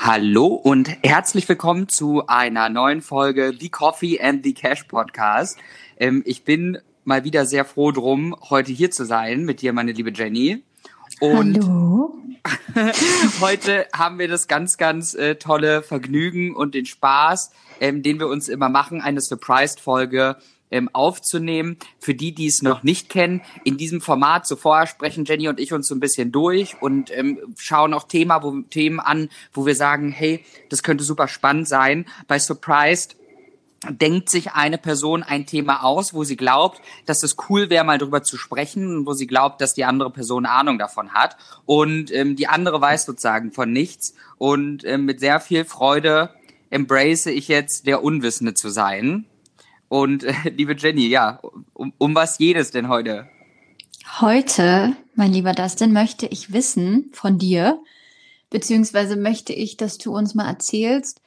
Hallo und herzlich willkommen zu einer neuen Folge The Coffee and the Cash Podcast. Ich bin mal wieder sehr froh drum, heute hier zu sein mit dir, meine liebe Jenny. Und Hallo. heute haben wir das ganz tolle Vergnügen und den Spaß, den wir uns immer machen, eine Surprised-Folge aufzunehmen. Für die, die es noch nicht kennen, in diesem Format, so vorher sprechen Jenny und ich uns so ein bisschen durch und schauen auch Themen an, wo wir sagen, hey, das könnte super spannend sein. Bei Surprised denkt sich eine Person ein Thema aus, wo sie glaubt, dass es cool wäre, mal drüber zu sprechen und wo sie glaubt, dass die andere Person Ahnung davon hat. Und die andere weiß sozusagen von nichts. Und mit sehr viel Freude embrace ich jetzt, der Unwissende zu sein. Und liebe Jenny, ja, um was geht es denn heute? Heute, mein lieber Dustin, möchte ich wissen von dir, beziehungsweise möchte ich, dass du uns mal erzählst,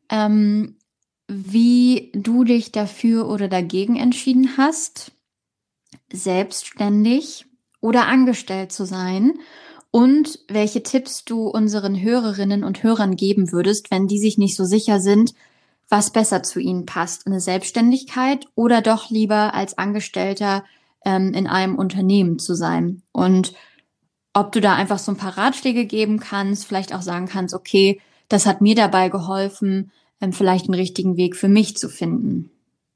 wie du dich dafür oder dagegen entschieden hast, selbstständig oder angestellt zu sein und welche Tipps du unseren Hörerinnen und Hörern geben würdest, wenn die sich nicht so sicher sind, was besser zu ihnen passt, eine Selbstständigkeit oder doch lieber als Angestellter in einem Unternehmen zu sein. Und ob du da einfach so ein paar Ratschläge geben kannst, vielleicht auch sagen kannst, okay, das hat mir dabei geholfen, vielleicht einen richtigen Weg für mich zu finden.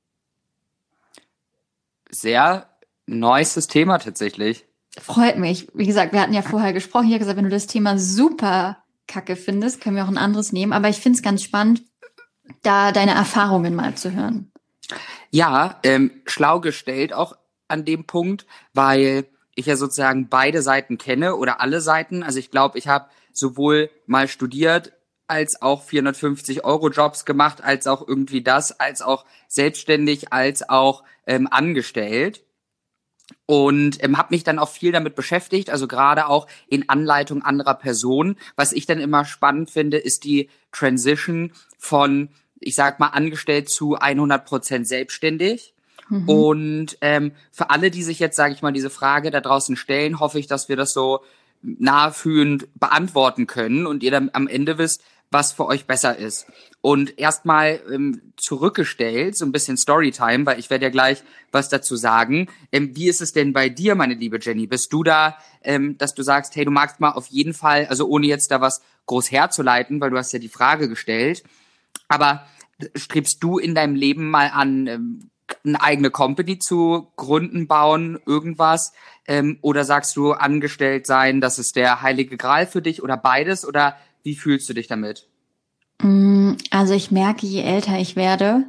Sehr neues Thema tatsächlich. Freut mich. Wie gesagt, wir hatten ja vorher gesprochen. Ich habe gesagt, wenn du das Thema super kacke findest, können wir auch ein anderes nehmen. Aber ich finde es ganz spannend, da deine Erfahrungen mal zu hören. Ja, schlau gestellt auch an dem Punkt, weil ich ja sozusagen beide Seiten kenne oder alle Seiten. Also ich glaube, ich habe sowohl mal studiert, als auch 450-Euro-Jobs gemacht, als auch irgendwie das, als auch selbstständig, als auch angestellt. Und habe mich dann auch viel damit beschäftigt, also gerade auch in Anleitung anderer Personen. Was ich dann immer spannend finde, ist die Transition von, ich sag mal, angestellt zu 100% selbstständig. Und für alle, die sich jetzt, sage ich mal, diese Frage da draußen stellen, hoffe ich, dass wir das so nahfühlend beantworten können und ihr dann am Ende wisst, was für euch besser ist. Und erstmal zurückgestellt, so ein bisschen Storytime, weil ich werde ja gleich was dazu sagen. Wie ist es denn bei dir, meine liebe Jenny? Bist du da, dass du sagst, hey, du magst mal auf jeden Fall, also ohne jetzt da was groß herzuleiten, weil du hast ja die Frage gestellt, aber strebst du in deinem Leben mal an, eine eigene Company zu gründen, bauen, irgendwas? Oder sagst du, angestellt sein, das ist der heilige Gral für dich oder beides? Oder wie fühlst du dich damit? Also ich merke, je älter ich werde,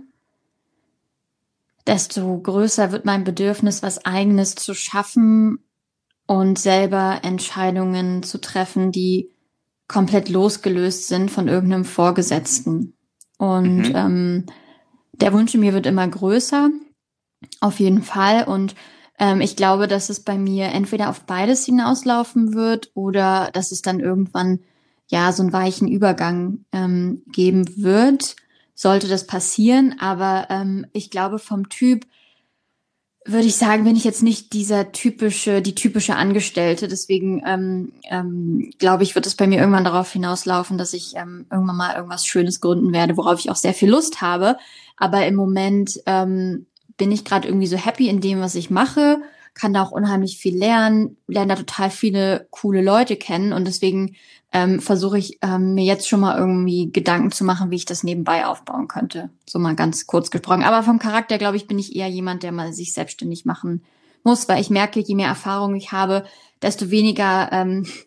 desto größer wird mein Bedürfnis, was Eigenes zu schaffen und selber Entscheidungen zu treffen, die komplett losgelöst sind von irgendeinem Vorgesetzten. Und der Wunsch in mir wird immer größer, auf jeden Fall. Und ich glaube, dass es bei mir entweder auf beides hinauslaufen wird oder dass es dann irgendwann ja so einen weichen Übergang geben wird, sollte das passieren. Aber ich glaube, vom Typ würde ich sagen, bin ich jetzt nicht die typische Angestellte. Deswegen glaube ich, wird es bei mir irgendwann darauf hinauslaufen, dass ich irgendwann mal irgendwas Schönes gründen werde, worauf ich auch sehr viel Lust habe. Aber im Moment bin ich gerade irgendwie so happy in dem, was ich mache, kann da auch unheimlich viel lernen, lerne da total viele coole Leute kennen und deswegen versuche ich mir jetzt schon mal irgendwie Gedanken zu machen, wie ich das nebenbei aufbauen könnte. So mal ganz kurz gesprochen. Aber vom Charakter, glaube ich, bin ich eher jemand, der mal sich selbstständig machen muss, weil ich merke, je mehr Erfahrung ich habe, desto weniger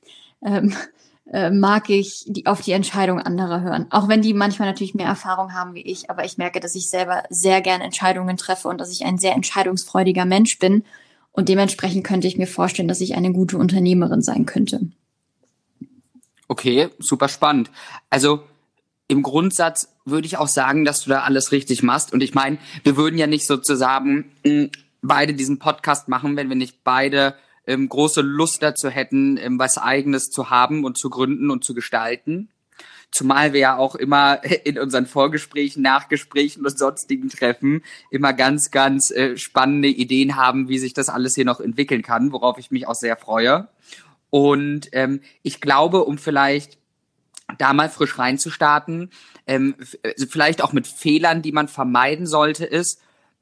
mag ich auf die Entscheidung anderer hören. Auch wenn die manchmal natürlich mehr Erfahrung haben wie ich, aber ich merke, dass ich selber sehr gern Entscheidungen treffe und dass ich ein sehr entscheidungsfreudiger Mensch bin. Und dementsprechend könnte ich mir vorstellen, dass ich eine gute Unternehmerin sein könnte. Okay, super spannend. Also im Grundsatz würde ich auch sagen, dass du da alles richtig machst. Und ich meine, wir würden ja nicht sozusagen beide diesen Podcast machen, wenn wir nicht beide große Lust dazu hätten, was Eigenes zu haben und zu gründen und zu gestalten. Zumal wir ja auch immer in unseren Vorgesprächen, Nachgesprächen und sonstigen Treffen immer ganz spannende Ideen haben, wie sich das alles hier noch entwickeln kann, worauf ich mich auch sehr freue. Und ich glaube, um vielleicht da mal frisch reinzustarten, also vielleicht auch mit Fehlern, die man vermeiden sollte, ist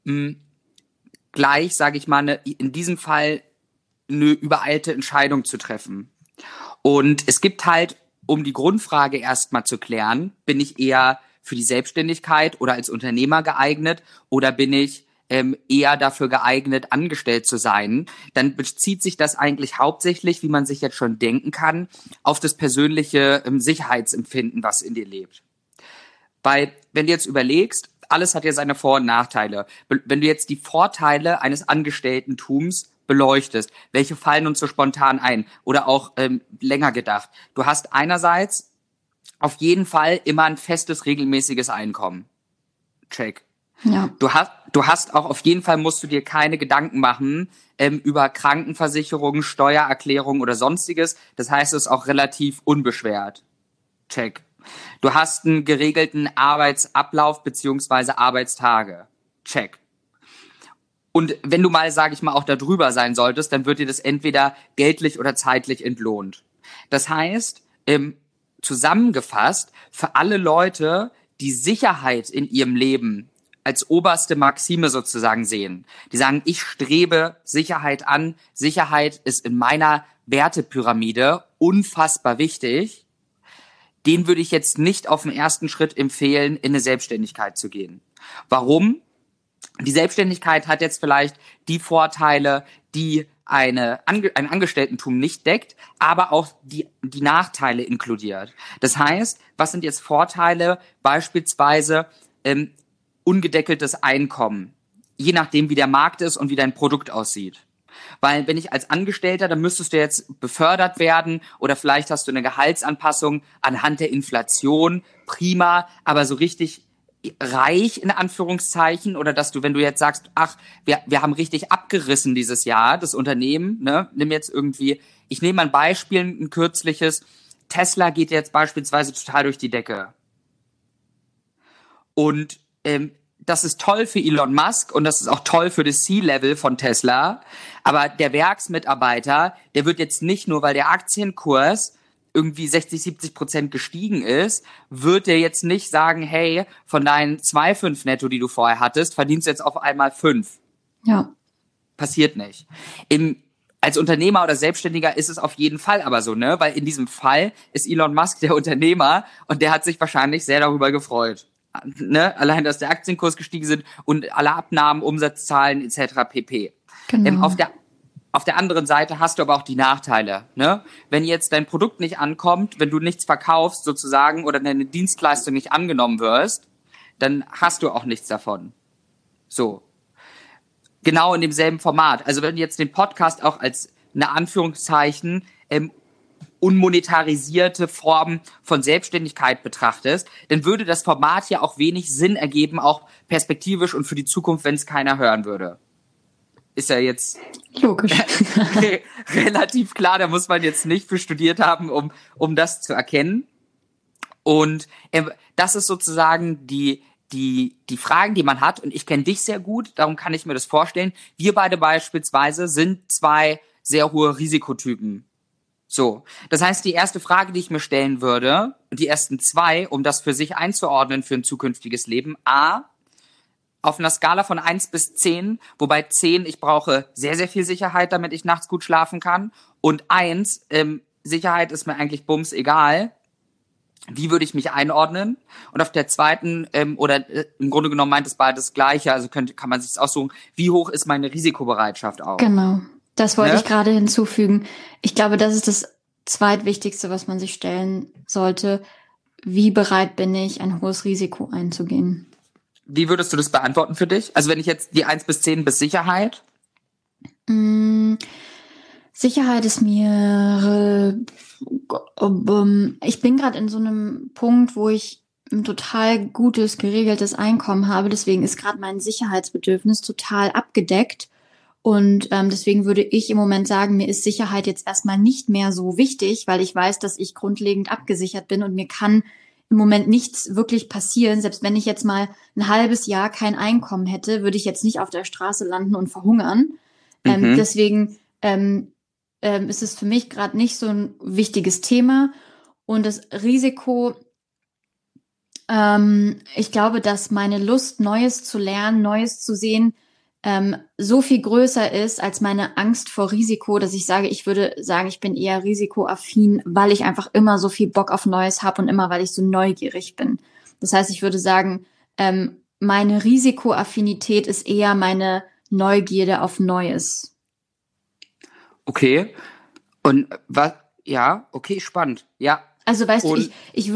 gleich, sage ich mal, in diesem Fall eine übereilte Entscheidung zu treffen. Und es gibt halt, um die Grundfrage erstmal zu klären, bin ich eher für die Selbstständigkeit oder als Unternehmer geeignet oder bin ich eher dafür geeignet, angestellt zu sein, dann bezieht sich das eigentlich hauptsächlich, wie man sich jetzt schon denken kann, auf das persönliche Sicherheitsempfinden, was in dir lebt. Weil, wenn du jetzt überlegst, alles hat ja seine Vor- und Nachteile. Wenn du jetzt die Vorteile eines Angestelltentums beleuchtest, welche fallen uns so spontan ein oder auch länger gedacht? Du hast einerseits auf jeden Fall immer ein festes, regelmäßiges Einkommen. Check. Ja. Du hast auch auf jeden Fall, musst du dir keine Gedanken machen über Krankenversicherung, Steuererklärung oder sonstiges. Das heißt, es ist auch relativ unbeschwert. Check. Du hast einen geregelten Arbeitsablauf beziehungsweise Arbeitstage. Check. Und wenn du mal, sage ich mal, auch da drüber sein solltest, dann wird dir das entweder geldlich oder zeitlich entlohnt. Das heißt, zusammengefasst, für alle Leute, die Sicherheit in ihrem Leben als oberste Maxime sozusagen sehen, die sagen, ich strebe Sicherheit an, Sicherheit ist in meiner Wertepyramide unfassbar wichtig, den würde ich jetzt nicht auf den ersten Schritt empfehlen, in eine Selbstständigkeit zu gehen. Warum? Die Selbstständigkeit hat jetzt vielleicht die Vorteile, die ein Angestelltentum nicht deckt, aber auch die Nachteile inkludiert. Das heißt, was sind jetzt Vorteile? Beispielsweise ungedeckeltes Einkommen, je nachdem, wie der Markt ist und wie dein Produkt aussieht. Weil wenn ich als Angestellter, dann müsstest du jetzt befördert werden oder vielleicht hast du eine Gehaltsanpassung anhand der Inflation, prima, aber so richtig reich in Anführungszeichen oder dass du, wenn du jetzt sagst, ach, wir haben richtig abgerissen dieses Jahr, das Unternehmen, ne, nimm jetzt irgendwie, ich nehme mal ein Beispiel, ein kürzliches, Tesla geht jetzt beispielsweise total durch die Decke. Und das ist toll für Elon Musk und das ist auch toll für das C-Level von Tesla. Aber der Werksmitarbeiter, der wird jetzt nicht nur, weil der Aktienkurs irgendwie 60-70% gestiegen ist, wird der jetzt nicht sagen, hey, von deinen 2,5 netto, die du vorher hattest, verdienst du jetzt auf einmal 5. Ja. Passiert nicht. Als Unternehmer oder Selbstständiger ist es auf jeden Fall aber so, ne? Weil in diesem Fall ist Elon Musk der Unternehmer und der hat sich wahrscheinlich sehr darüber gefreut. Ne? Allein, dass der Aktienkurs gestiegen sind und alle Abnahmen, Umsatzzahlen etc. pp. Genau. Auf der anderen Seite hast du aber auch die Nachteile. Ne? Wenn jetzt dein Produkt nicht ankommt, wenn du nichts verkaufst sozusagen oder deine Dienstleistung nicht angenommen wirst, dann hast du auch nichts davon. So. Genau in demselben Format. Also wenn du jetzt den Podcast auch als eine Anführungszeichen unmonetarisierte Form von Selbstständigkeit betrachtest, dann würde das Format ja auch wenig Sinn ergeben, auch perspektivisch und für die Zukunft, wenn es keiner hören würde. Ist ja jetzt logisch. Relativ klar, da muss man jetzt nicht für studiert haben, um das zu erkennen. Und das ist sozusagen die Fragen, die man hat. Und ich kenne dich sehr gut, darum kann ich mir das vorstellen. Wir beide beispielsweise sind zwei sehr hohe Risikotypen. So, das heißt, die erste Frage, die ich mir stellen würde, die ersten zwei, um das für sich einzuordnen für ein zukünftiges Leben. A, auf einer Skala von 1 bis 10, wobei 10, ich brauche sehr, sehr viel Sicherheit, damit ich nachts gut schlafen kann. Und 1, Sicherheit ist mir eigentlich bums egal. Wie würde ich mich einordnen? Und auf der zweiten, im Grunde genommen meint es beides das Gleiche, also kann man sich das aussuchen, wie hoch ist meine Risikobereitschaft auch? Genau. Das wollte Ne? ich gerade hinzufügen. Ich glaube, das ist das Zweitwichtigste, was man sich stellen sollte. Wie bereit bin ich, ein hohes Risiko einzugehen? Wie würdest du das beantworten für dich? Also wenn ich jetzt die 1 bis 10 bis Sicherheit? Sicherheit ist mir... ich bin gerade in so einem Punkt, wo ich ein total gutes, geregeltes Einkommen habe. Deswegen ist gerade mein Sicherheitsbedürfnis total abgedeckt. Und deswegen würde ich im Moment sagen, mir ist Sicherheit jetzt erstmal nicht mehr so wichtig, weil ich weiß, dass ich grundlegend abgesichert bin und mir kann im Moment nichts wirklich passieren. Selbst wenn ich jetzt mal ein halbes Jahr kein Einkommen hätte, würde ich jetzt nicht auf der Straße landen und verhungern. Deswegen ist es für mich gerade nicht so ein wichtiges Thema. Und das Risiko, ich glaube, dass meine Lust, Neues zu lernen, Neues zu sehen, so viel größer ist als meine Angst vor Risiko, dass ich sage, ich würde sagen, ich bin eher risikoaffin, weil ich einfach immer so viel Bock auf Neues habe und immer, weil ich so neugierig bin. Das heißt, ich würde sagen, meine Risikoaffinität ist eher meine Neugierde auf Neues. Okay. Und was? Ja, okay, spannend. Ja. Also weißt du, Und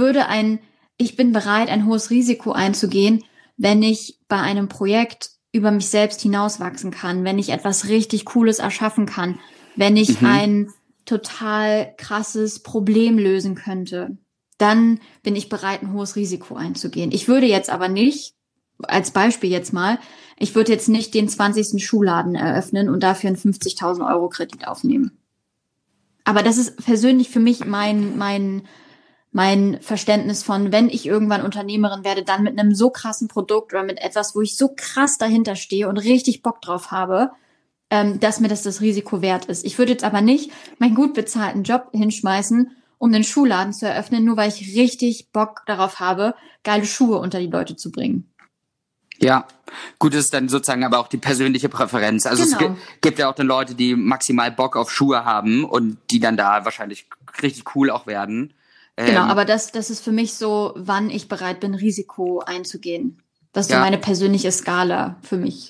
ich bin bereit, ein hohes Risiko einzugehen, wenn ich bei einem Projekt über mich selbst hinauswachsen kann, wenn ich etwas richtig Cooles erschaffen kann, wenn ich ein total krasses Problem lösen könnte, dann bin ich bereit, ein hohes Risiko einzugehen. Ich würde jetzt aber nicht, als Beispiel jetzt mal, ich würde jetzt nicht den 20. Schuhladen eröffnen und dafür einen 50.000 Euro Kredit aufnehmen. Aber das ist persönlich für mich mein Verständnis von, wenn ich irgendwann Unternehmerin werde, dann mit einem so krassen Produkt oder mit etwas, wo ich so krass dahinter stehe und richtig Bock drauf habe, dass mir das Risiko wert ist. Ich würde jetzt aber nicht meinen gut bezahlten Job hinschmeißen, um den Schuhladen zu eröffnen, nur weil ich richtig Bock darauf habe, geile Schuhe unter die Leute zu bringen. ja, gut, das ist dann sozusagen aber auch die persönliche Präferenz. Also Genau. Es gibt ja auch dann Leute, die maximal Bock auf Schuhe haben und die dann da wahrscheinlich richtig cool auch werden. Genau, aber das ist für mich so, wann ich bereit bin, Risiko einzugehen. Das ist so Ja. meine persönliche Skala für mich.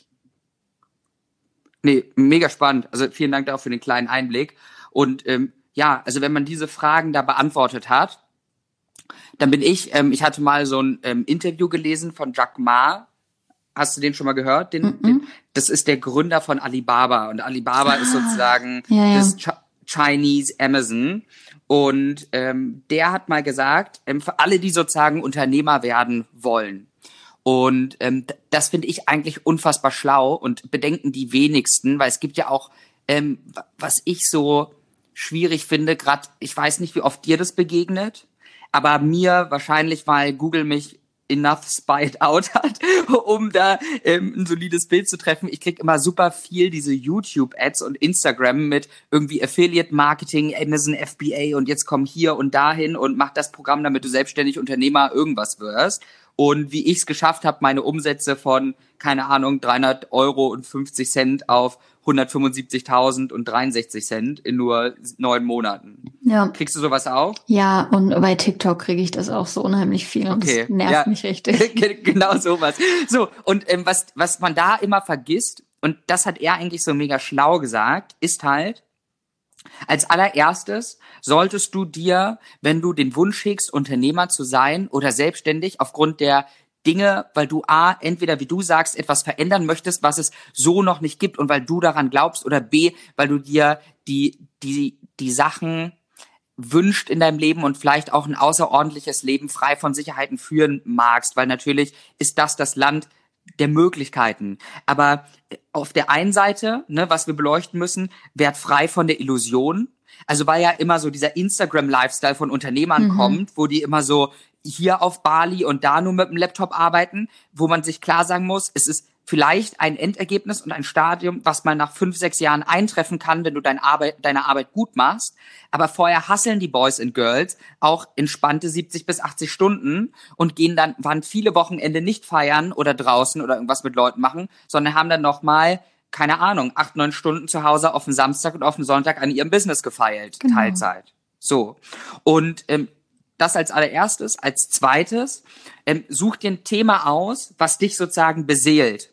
Nee, mega spannend. Also vielen Dank dafür für den kleinen Einblick. Und ja, also wenn man diese Fragen da beantwortet hat, dann bin ich hatte mal so ein Interview gelesen von Jack Ma. Hast du den schon mal gehört? Das ist der Gründer von Alibaba. Und Alibaba ist sozusagen das Chinese Amazon. Und der hat mal gesagt, für alle, die sozusagen Unternehmer werden wollen. Und das finde ich eigentlich unfassbar schlau und bedenken die wenigsten, weil es gibt ja auch, was ich so schwierig finde, gerade, ich weiß nicht, wie oft dir das begegnet, aber mir wahrscheinlich, weil Google mich enough spied out hat, um da ein solides Bild zu treffen. Ich krieg immer super viel diese YouTube-Ads und Instagram mit irgendwie Affiliate-Marketing, Amazon FBA und jetzt komm hier und dahin und mach das Programm, damit du selbstständig Unternehmer irgendwas wirst. Und wie ich es geschafft habe, meine Umsätze von, keine Ahnung, 300 Euro und 50 Cent auf 175.000 und 63 Cent in nur 9 Monaten. Ja. Kriegst du sowas auch? Ja, und bei TikTok kriege ich das auch so unheimlich viel und das nervt mich richtig. Genau sowas. So, und was man da immer vergisst, und das hat er eigentlich so mega schlau gesagt, ist halt, als allererstes solltest du dir, wenn du den Wunsch hegst, Unternehmer zu sein oder selbstständig aufgrund der Dinge, weil du A, entweder wie du sagst, etwas verändern möchtest, was es so noch nicht gibt und weil du daran glaubst, oder B, weil du dir die Sachen wünscht in deinem Leben und vielleicht auch ein außerordentliches Leben frei von Sicherheiten führen magst, weil natürlich ist das Land der Möglichkeiten. Aber auf der einen Seite, ne, was wir beleuchten müssen, werd frei von der Illusion. Also weil ja immer so dieser Instagram-Lifestyle von Unternehmern kommt, wo die immer so hier auf Bali und da nur mit dem Laptop arbeiten, wo man sich klar sagen muss, es ist vielleicht ein Endergebnis und ein Stadium, was mal nach 5, 6 Jahren eintreffen kann, wenn du deine Arbeit gut machst. Aber vorher hustlen die Boys and Girls auch entspannte 70 bis 80 Stunden und waren viele Wochenende nicht feiern oder draußen oder irgendwas mit Leuten machen, sondern haben dann nochmal, keine Ahnung, 8, 9 Stunden zu Hause auf den Samstag und auf den Sonntag an ihrem Business gefeilt. Genau. Teilzeit. So. Und das als allererstes. Als zweites, such dir ein Thema aus, was dich sozusagen beseelt.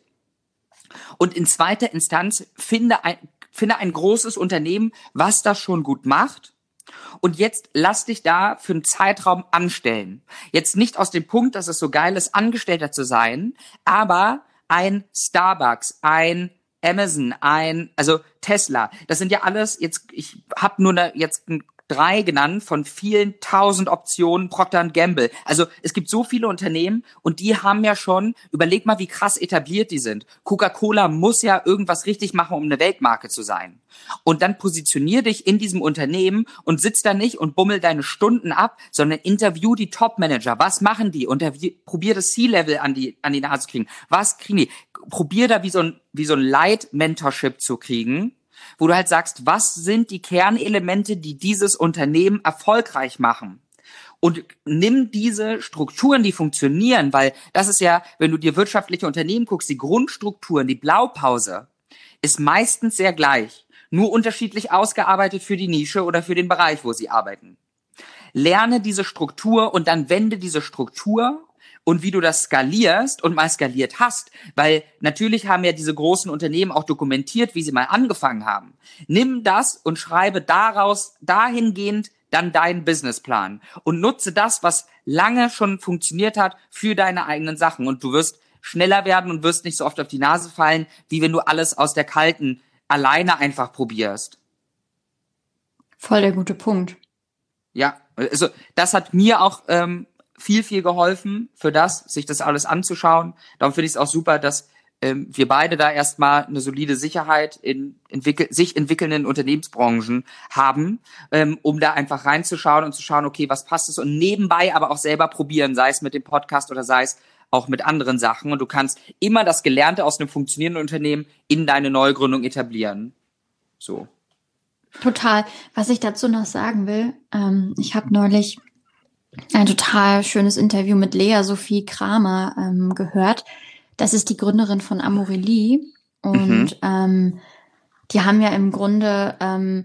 Und in zweiter Instanz finde ein großes Unternehmen, was das schon gut macht. Und jetzt lass dich da für einen Zeitraum anstellen. Jetzt nicht aus dem Punkt, dass es so geil ist, Angestellter zu sein, aber ein Starbucks, ein Amazon, also Tesla, das sind ja alles, ich habe nur jetzt 3 genannt von vielen 1000 Optionen, Procter & Gamble. Also es gibt so viele Unternehmen und die haben ja schon, überleg mal, wie krass etabliert die sind. Coca-Cola muss ja irgendwas richtig machen, um eine Weltmarke zu sein. Und dann positionier dich in diesem Unternehmen und sitz da nicht und bummel deine Stunden ab, sondern interview die Top-Manager. Was machen die? Und probier das C-Level an die Nase zu kriegen. Was kriegen die? Probier da wie so ein Light-Mentorship zu kriegen, wo du halt sagst, was sind die Kernelemente, die dieses Unternehmen erfolgreich machen? und nimm diese Strukturen, die funktionieren, weil das ist ja, wenn du dir wirtschaftliche Unternehmen guckst, die Grundstrukturen, die Blaupause ist meistens sehr gleich, nur unterschiedlich ausgearbeitet für die Nische oder für den Bereich, wo sie arbeiten. Lerne diese Struktur und dann wende diese Struktur und wie du das skalierst und mal skaliert hast, weil natürlich haben ja diese großen Unternehmen auch dokumentiert, wie sie mal angefangen haben. Nimm das und schreibe daraus dahingehend dann deinen Businessplan und nutze das, was lange schon funktioniert hat, für deine eigenen Sachen und du wirst schneller werden und wirst nicht so oft auf die Nase fallen, wie wenn du alles aus der Kalten alleine einfach probierst. Voll der gute Punkt. Ja, also das hat mir auch viel geholfen für das, sich das alles anzuschauen. Darum finde ich es auch super, dass wir beide da erstmal eine solide Sicherheit in sich entwickelnden Unternehmensbranchen haben, um da einfach reinzuschauen und zu schauen, okay, was passt es und nebenbei aber auch selber probieren, sei es mit dem Podcast oder sei es auch mit anderen Sachen. Und du kannst immer das Gelernte aus einem funktionierenden Unternehmen in deine Neugründung etablieren. So. Total. Was ich dazu noch sagen will, ich habe neulich ein total schönes Interview mit Lea Sophie Kramer gehört. Das ist die Gründerin von Amorelie. Und die haben ja im Grunde,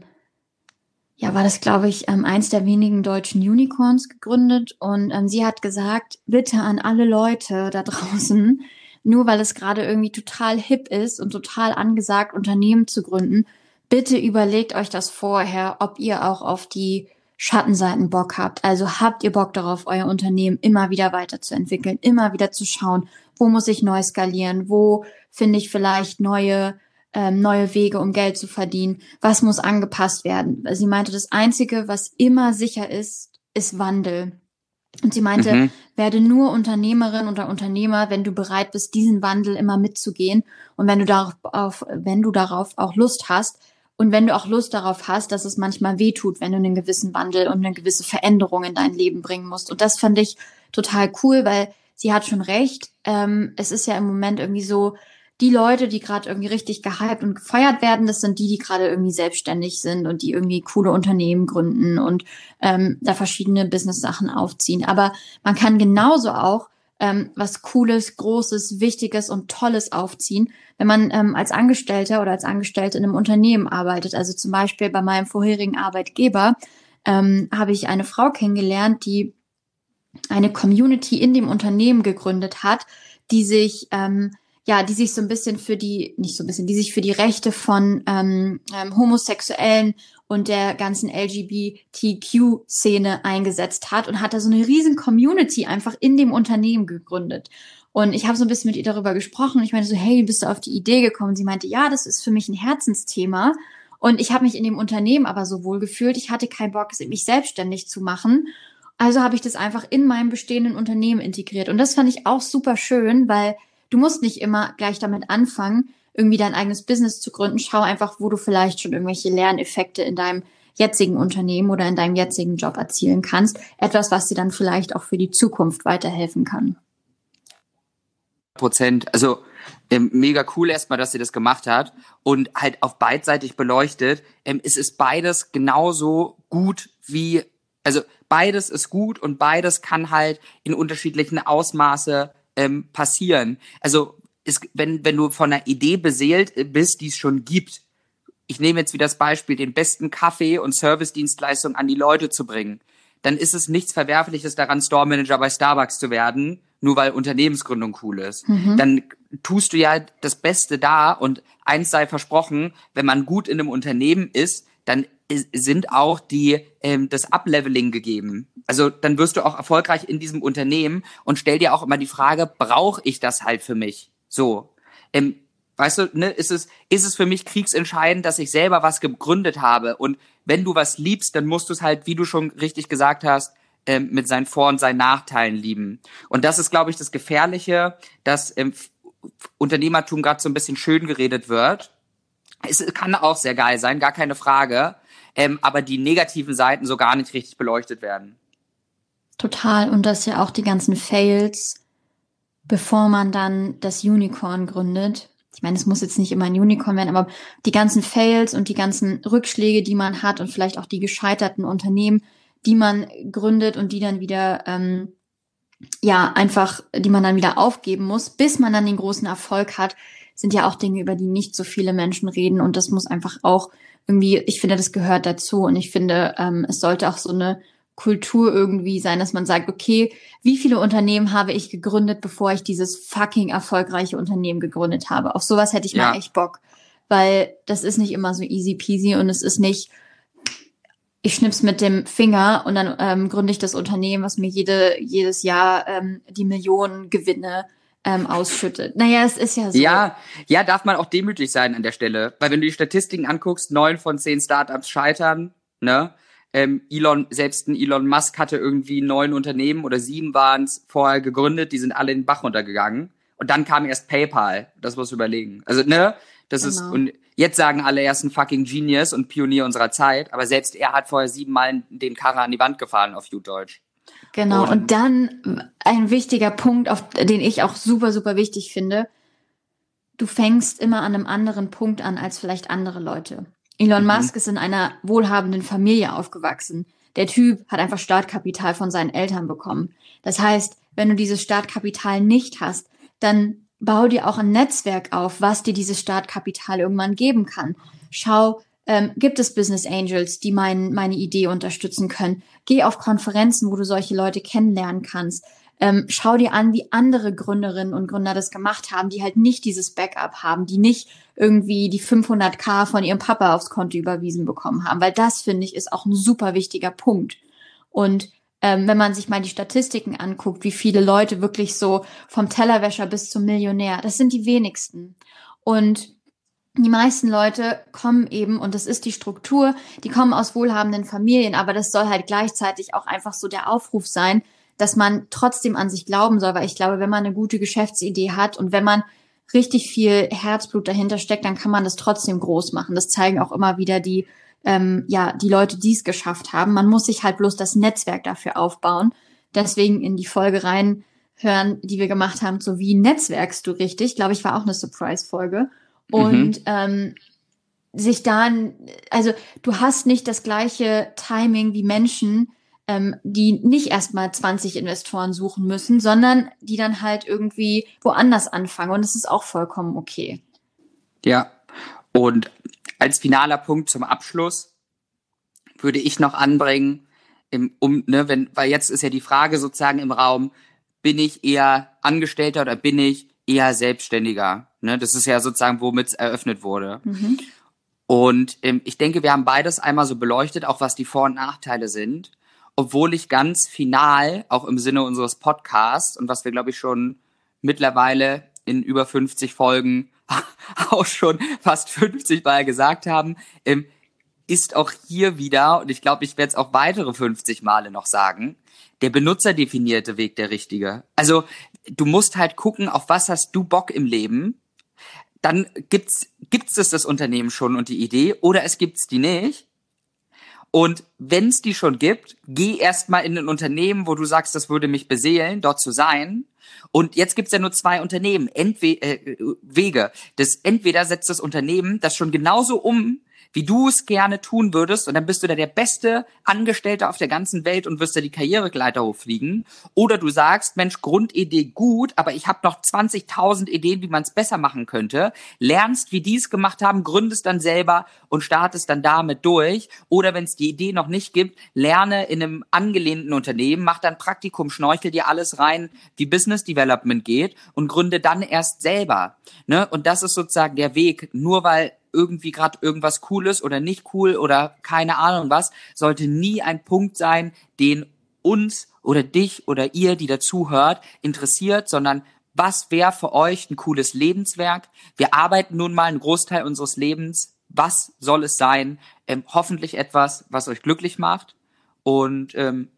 war das, glaube ich, eins der wenigen deutschen Unicorns gegründet. Und sie hat gesagt, bitte an alle Leute da draußen, nur weil es gerade irgendwie total hip ist und total angesagt, Unternehmen zu gründen, bitte überlegt euch das vorher, ob ihr auch auf die Schattenseiten Bock habt. Also habt ihr Bock darauf, euer Unternehmen immer wieder weiterzuentwickeln, immer wieder zu schauen, wo muss ich neu skalieren, wo finde ich vielleicht neue Wege, um Geld zu verdienen, was muss angepasst werden. Sie meinte, das Einzige, was immer sicher ist Wandel. Und sie meinte, werde nur Unternehmerin oder Unternehmer, wenn du bereit bist, diesen Wandel immer mitzugehen und wenn du darauf auch Lust hast. Und wenn du auch Lust darauf hast, dass es manchmal wehtut, wenn du einen gewissen Wandel und eine gewisse Veränderung in dein Leben bringen musst. Und das fand ich total cool, weil sie hat schon recht. Es ist ja im Moment irgendwie so, die Leute, die gerade irgendwie richtig gehypt und gefeiert werden, das sind die gerade irgendwie selbstständig sind und die irgendwie coole Unternehmen gründen und da verschiedene Business-Sachen aufziehen. Aber man kann genauso auch was Cooles, Großes, Wichtiges und Tolles aufziehen, wenn man als Angestellter oder als Angestellte in einem Unternehmen arbeitet. Also zum Beispiel bei meinem vorherigen Arbeitgeber habe ich eine Frau kennengelernt, die eine Community in dem Unternehmen gegründet hat, die sich so ein bisschen die sich für die Rechte von Homosexuellen und der ganzen LGBTQ-Szene eingesetzt hat und hat da so eine riesen Community einfach in dem Unternehmen gegründet. Und ich habe so ein bisschen mit ihr darüber gesprochen. Ich meinte so, hey, wie bist du auf die Idee gekommen? Und sie meinte, ja, das ist für mich ein Herzensthema. Und ich habe mich in dem Unternehmen aber so wohl gefühlt. Ich hatte keinen Bock, mich selbstständig zu machen. Also habe ich das einfach in meinem bestehenden Unternehmen integriert. Und das fand ich auch super schön, weil du musst nicht immer gleich damit anfangen, irgendwie dein eigenes Business zu gründen. Schau einfach, wo du vielleicht schon irgendwelche Lerneffekte in deinem jetzigen Unternehmen oder in deinem jetzigen Job erzielen kannst. Etwas, was dir dann vielleicht auch für die Zukunft weiterhelfen kann. Prozent. Also mega cool erstmal, dass sie das gemacht hat und halt auf beidseitig beleuchtet. Es ist beides genauso gut wie, also beides ist gut und beides kann halt in unterschiedlichen Ausmaße passieren. Also wenn du von einer Idee beseelt bist, die es schon gibt, ich nehme jetzt wieder das Beispiel, den besten Kaffee und Servicedienstleistung an die Leute zu bringen, dann ist es nichts Verwerfliches daran, Store Manager bei Starbucks zu werden, nur weil Unternehmensgründung cool ist. Dann tust du ja das Beste da und eins sei versprochen, wenn man gut in einem Unternehmen ist, dann sind auch das Upleveling gegeben. Also dann wirst du auch erfolgreich in diesem Unternehmen und stell dir auch immer die Frage, brauche ich das halt für mich? So, weißt du, ne, ist es für mich kriegsentscheidend, dass ich selber was gegründet habe? Und wenn du was liebst, dann musst du es halt, wie du schon richtig gesagt hast, mit seinen Vor- und seinen Nachteilen lieben. Und das ist, glaube ich, das Gefährliche, dass Unternehmertum gerade so ein bisschen schön geredet wird. Es kann auch sehr geil sein, gar keine Frage, aber die negativen Seiten so gar nicht richtig beleuchtet werden. Total. Und dass ja auch die ganzen Fails, bevor man dann das Unicorn gründet. Ich meine, es muss jetzt nicht immer ein Unicorn werden, aber die ganzen Fails und die ganzen Rückschläge, die man hat und vielleicht auch die gescheiterten Unternehmen, die man gründet und die dann wieder, die man dann wieder aufgeben muss, bis man dann den großen Erfolg hat, sind ja auch Dinge, über die nicht so viele Menschen reden. Und das muss einfach auch irgendwie, ich finde, das gehört dazu. Und ich finde, es sollte auch so eine Kultur irgendwie sein, dass man sagt, okay, wie viele Unternehmen habe ich gegründet, bevor ich dieses fucking erfolgreiche Unternehmen gegründet habe? Auf sowas hätte ich mal echt Bock. Weil das ist nicht immer so easy peasy und es ist nicht, ich schnipp's mit dem Finger und dann gründe ich das Unternehmen, was mir jedes Jahr die Millionen Gewinne ausschüttet. Naja, es ist ja so. Ja, darf man auch demütig sein an der Stelle. Weil wenn du die Statistiken anguckst, 9 von 10 Startups scheitern, ne? Elon Musk hatte irgendwie 9 Unternehmen oder 7 waren es vorher gegründet, die sind alle in den Bach runtergegangen. Und dann kam erst PayPal. Das musst du überlegen. Also, ne? Das ist, und jetzt sagen alle, er ist ein fucking Genius und Pionier unserer Zeit, aber selbst er hat vorher 7 Mal den Karre an die Wand gefahren, auf gut Deutsch. Genau, und dann ein wichtiger Punkt, den ich auch super, super wichtig finde. Du fängst immer an einem anderen Punkt an als vielleicht andere Leute. Elon Musk ist in einer wohlhabenden Familie aufgewachsen. Der Typ hat einfach Startkapital von seinen Eltern bekommen. Das heißt, wenn du dieses Startkapital nicht hast, dann bau dir auch ein Netzwerk auf, was dir dieses Startkapital irgendwann geben kann. Schau, gibt es Business Angels, die meine Idee unterstützen können? Geh auf Konferenzen, wo du solche Leute kennenlernen kannst. Schau dir an, wie andere Gründerinnen und Gründer das gemacht haben, die halt nicht dieses Backup haben, die nicht irgendwie die 500.000 von ihrem Papa aufs Konto überwiesen bekommen haben. Weil das, finde ich, ist auch ein super wichtiger Punkt. Und wenn man sich mal die Statistiken anguckt, wie viele Leute wirklich so vom Tellerwäscher bis zum Millionär, das sind die wenigsten. Und die meisten Leute kommen eben, und das ist die Struktur, die kommen aus wohlhabenden Familien, aber das soll halt gleichzeitig auch einfach so der Aufruf sein, dass man trotzdem an sich glauben soll, weil ich glaube, wenn man eine gute Geschäftsidee hat und wenn man richtig viel Herzblut dahinter steckt, dann kann man das trotzdem groß machen. Das zeigen auch immer wieder die Leute, die es geschafft haben. Man muss sich halt bloß das Netzwerk dafür aufbauen. Deswegen in die Folge reinhören, die wir gemacht haben, so wie netzwerkst du richtig, glaube ich, war auch eine Surprise-Folge. Und sich dann, also du hast nicht das gleiche Timing wie Menschen, die nicht erstmal 20 Investoren suchen müssen, sondern die dann halt irgendwie woanders anfangen. Und es ist auch vollkommen okay. Ja, und als finaler Punkt zum Abschluss würde ich noch anbringen, weil jetzt ist ja die Frage sozusagen im Raum, bin ich eher Angestellter oder bin ich eher Selbstständiger? Ne, das ist ja sozusagen, womit es eröffnet wurde. Und ich denke, wir haben beides einmal so beleuchtet, auch was die Vor- und Nachteile sind. Obwohl ich ganz final, auch im Sinne unseres Podcasts und was wir, glaube ich, schon mittlerweile in über 50 Folgen auch schon fast 50 Mal gesagt haben, ist auch hier wieder, und ich glaube, ich werde es auch weitere 50 Male noch sagen, der benutzerdefinierte Weg der richtige. Also du musst halt gucken, auf was hast du Bock im Leben. Dann gibt's das Unternehmen schon und die Idee, oder es gibt's die nicht. Und wenn es die schon gibt, geh erstmal in ein Unternehmen, wo du sagst, das würde mich beseelen, dort zu sein. Und jetzt gibt's ja nur 2 Unternehmen, Wege. Entweder setzt das Unternehmen das schon genauso um, wie du es gerne tun würdest, und dann bist du da der beste Angestellte auf der ganzen Welt und wirst da die Karrieregleiter hochfliegen. Oder du sagst, Mensch, Grundidee gut, aber ich habe noch 20.000 Ideen, wie man es besser machen könnte. Lernst, wie die es gemacht haben, gründest dann selber und startest dann damit durch. Oder wenn es die Idee noch nicht gibt, lerne in einem angelehnten Unternehmen, mach dann Praktikum, schnorchel dir alles rein, wie Business Development geht und gründe dann erst selber. Ne? Und das ist sozusagen der Weg. Nur weil irgendwie gerade irgendwas cool ist oder nicht cool oder keine Ahnung was, sollte nie ein Punkt sein, den uns oder dich oder ihr, die dazuhört, interessiert, sondern was wäre für euch ein cooles Lebenswerk? Wir arbeiten nun mal einen Großteil unseres Lebens. Was soll es sein? Hoffentlich etwas, was euch glücklich macht. Und in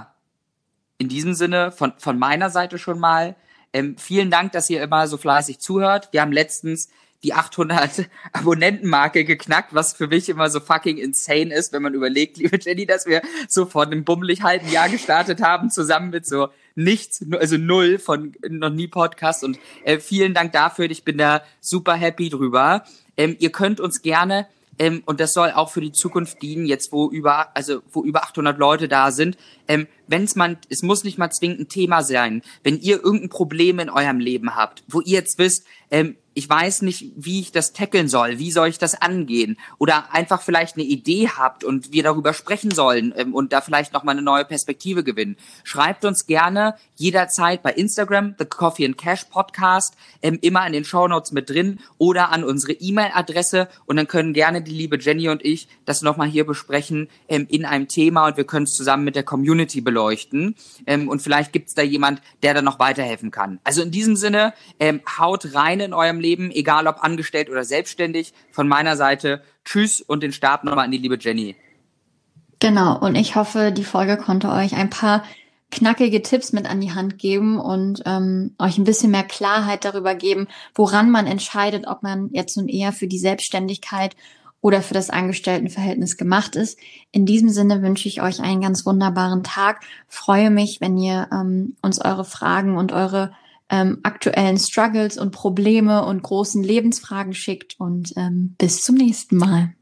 diesem Sinne von meiner Seite schon mal vielen Dank, dass ihr immer so fleißig zuhört. Wir haben letztens die 800 Abonnentenmarke geknackt, was für mich immer so fucking insane ist, wenn man überlegt, liebe Jenny, dass wir so vor einem bummelig halben Jahr gestartet haben, zusammen mit so nichts, also 0 von noch nie Podcast, und vielen Dank dafür, ich bin da super happy drüber. Ihr könnt uns gerne und das soll auch für die Zukunft dienen, jetzt wo über 800 Leute da sind. Es muss nicht mal zwingend ein Thema sein. Wenn ihr irgendein Problem in eurem Leben habt, wo ihr jetzt wisst, ich weiß nicht, wie ich das tackeln soll, wie soll ich das angehen? Oder einfach vielleicht eine Idee habt und wir darüber sprechen sollen und da vielleicht nochmal eine neue Perspektive gewinnen. Schreibt uns gerne jederzeit bei Instagram, The Coffee and Cash Podcast, immer in den Shownotes mit drin oder an unsere E-Mail-Adresse und dann können gerne die liebe Jenny und ich das nochmal hier besprechen in einem Thema und wir können es zusammen mit der Community beleuchten und vielleicht gibt es da jemand, der da noch weiterhelfen kann. Also in diesem Sinne, haut rein in eurem Leben, egal ob angestellt oder selbstständig. Von meiner Seite tschüss und den Stab nochmal an die liebe Jenny. Genau, und ich hoffe, die Folge konnte euch ein paar knackige Tipps mit an die Hand geben und euch ein bisschen mehr Klarheit darüber geben, woran man entscheidet, ob man jetzt nun eher für die Selbstständigkeit oder für das Angestelltenverhältnis gemacht ist. In diesem Sinne wünsche ich euch einen ganz wunderbaren Tag. Freue mich, wenn ihr uns eure Fragen und eure aktuellen Struggles und Probleme und großen Lebensfragen schickt und bis zum nächsten Mal.